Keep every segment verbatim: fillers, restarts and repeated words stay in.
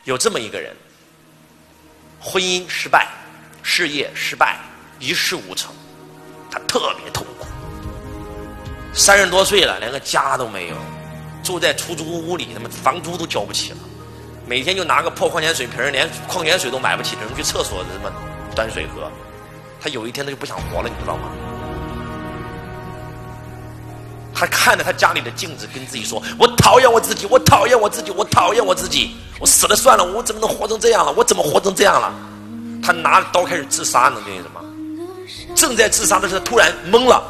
有这么一个人，婚姻失败，事业失败，一事无成，他特别痛苦。三十多岁了，连个家都没有，住在出租屋里，他妈房租都交不起了，每天就拿个破矿泉水瓶，连矿泉水都买不起，只能去厕所什么端水喝。他有一天他就不想活了，你知道吗？他看着他家里的镜子，跟自己说：“我讨厌我自己，我讨厌我自己，我讨厌我自己，我死了算了，我怎么能活成这样了？我怎么活成这样了？”他拿着刀开始自杀呢，那什么？正在自杀的时候，突然懵了。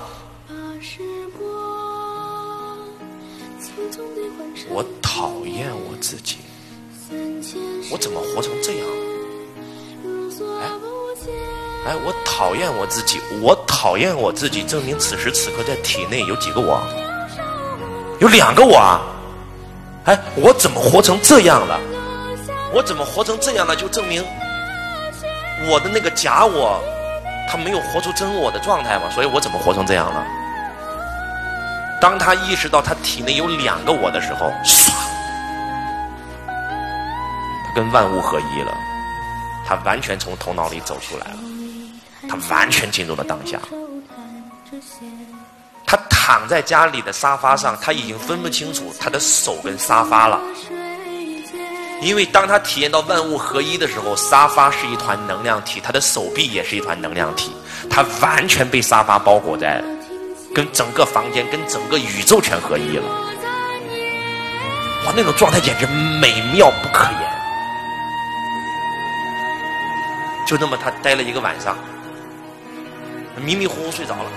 我讨厌我自己，我怎么活成这样了？哎哎，我讨厌我自己，我讨厌我自己，证明此时此刻在体内有几个我？有两个我啊！哎，我怎么活成这样了？我怎么活成这样了？就证明我的那个假我，他没有活出真我的状态嘛，所以我怎么活成这样了？当他意识到他体内有两个我的时候，唰，他跟万物合一了，他完全从头脑里走出来了，他完全进入了当下。他躺在家里的沙发上，他已经分不清楚他的手跟沙发了，因为当他体验到万物合一的时候，沙发是一团能量体，他的手臂也是一团能量体，他完全被沙发包裹在，跟整个房间跟整个宇宙全合一了。哇，那种状态简直美妙不可言。就那么他待了一个晚上，迷迷糊糊睡着了。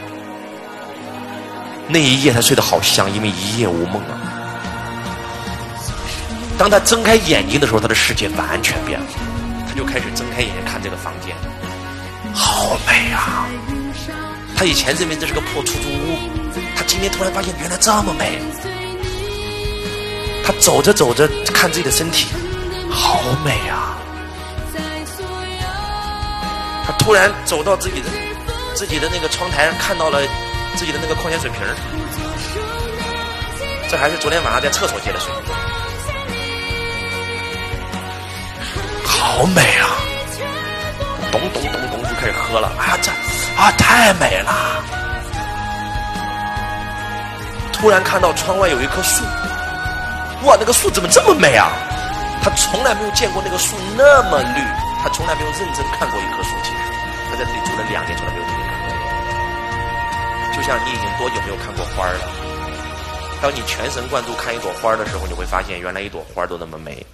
那一夜他睡得好香，因为一夜无梦啊。当他睁开眼睛的时候，他的世界完全变了，他就开始睁开眼睛看这个房间，好美啊！他以前认为这是个破出租屋，他今天突然发现原来这么美。他走着走着看自己的身体，好美啊！他突然走到自己的自己的那个窗台上，看到了自己的那个矿泉水瓶，这还是昨天晚上在厕所接的水，好美啊！咚咚咚咚就开始喝了，啊，这啊太美了！突然看到窗外有一棵树，哇，那个树怎么这么美啊？他从来没有见过那个树那么绿，他从来没有认真看过一棵树。其实他在这里住了两年，从来没有认真看过。就像你已经多久没有看过花了？当你全神贯注看一朵花的时候，你会发现原来一朵花都那么美。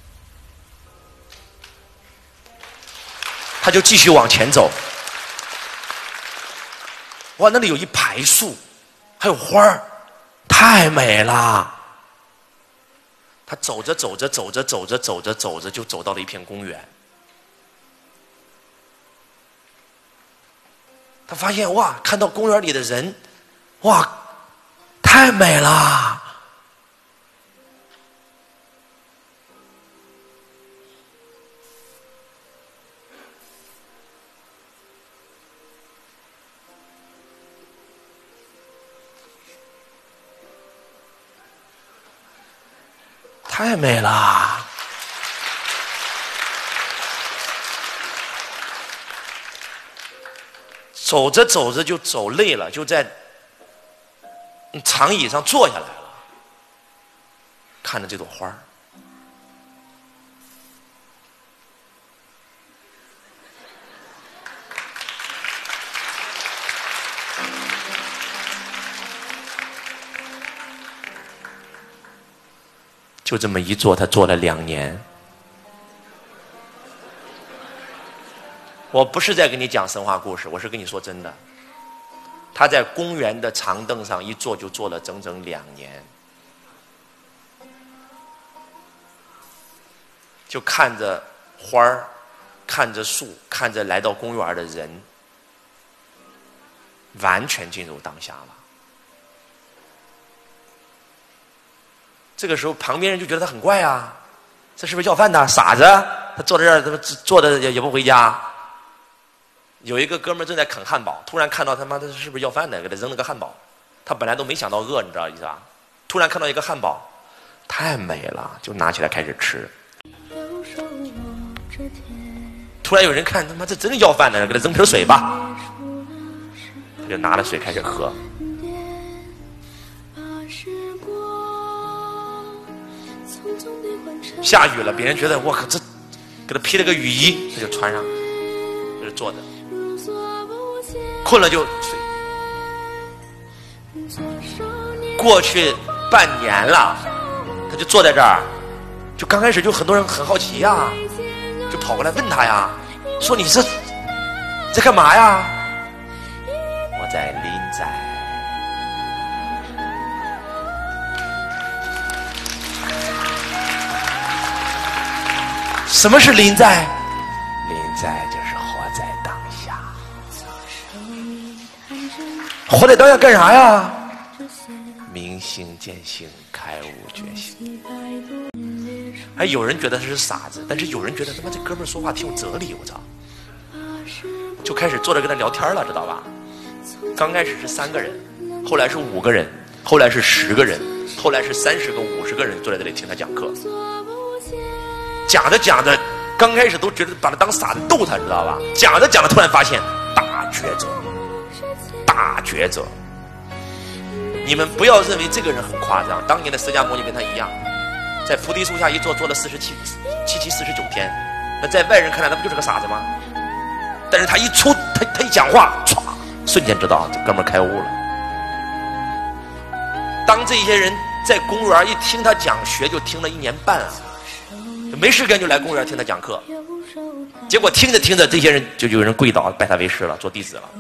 他就继续往前走，哇，那里有一排树，还有花儿，太美了。他走着走着走着走着走着走着，就走到了一片公园。他发现哇，看到公园里的人，哇，太美了。太美了！走着走着就走累了，就在长椅上坐下来了，看着这朵花儿。就这么一坐，他坐了两年。我不是在跟你讲神话故事，我是跟你说真的。他在公园的长凳上一坐就坐了整整两年，就看着花儿，看着树，看着来到公园的人，完全进入当下了。这个时候旁边人就觉得他很怪啊，这是不是要饭的傻子？他坐在这儿怎么坐的也也不回家？有一个哥们儿正在啃汉堡，突然看到他妈的是不是要饭的，给他扔了个汉堡。他本来都没想到饿，你知道意思吧？突然看到一个汉堡，太美了，就拿起来开始吃。 突然有人看，他妈这真的要饭呢，给他扔瓶水吧。他就拿了水开始喝。下雨了，别人觉得我靠，这给他披了个雨衣，他就穿上，他就坐着，困了就睡。过去半年了，他就坐在这儿，就刚开始就很多人很好奇呀、啊，就跑过来问他呀，说你这在干嘛呀？我在临仔。什么是临在？临在就是活在当下。活在当下干啥呀？明心见性，开悟觉醒。还有人觉得他是傻子，但是有人觉得他妈这哥们儿说话挺有哲理，我操！就开始坐着跟他聊天了，知道吧？刚开始是三个人，后来是五个人，后来是十个人，后来是三十个、五十个人坐在这里听他讲课。讲着讲着，刚开始都觉得把他当傻子逗他，知道吧？讲着讲着，突然发现大抉择，大抉择。你们不要认为这个人很夸张，当年的释迦牟尼跟他一样，在菩提树下一坐坐了四十七七七四十九天。那在外人看来，他不就是个傻子吗？但是他一出，他他一讲话，唰，瞬间知道这哥们儿开悟了。当这些人在公园一听他讲学，就听了一年半啊。没事干就来公园听他讲课，结果听着听着，这些人就有人跪倒拜他为师了，做弟子了。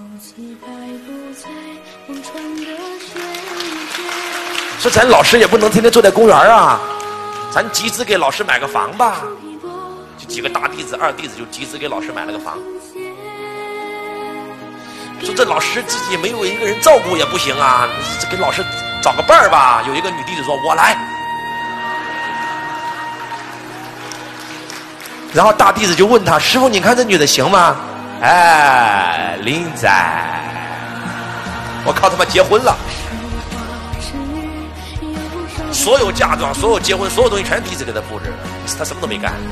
说咱老师也不能天天坐在公园啊，咱集资给老师买个房吧。就几个大弟子、二弟子就集资给老师买了个房。说这老师自己没有一个人照顾也不行啊，给老师找个伴儿吧。有一个女弟子说：“我来。”然后大弟子就问他：“师父，你看这女的行吗？”哎，临仔，我靠他妈结婚了！所有嫁妆、所有结婚、所有东西全是弟子给他布置的，他什么都没干。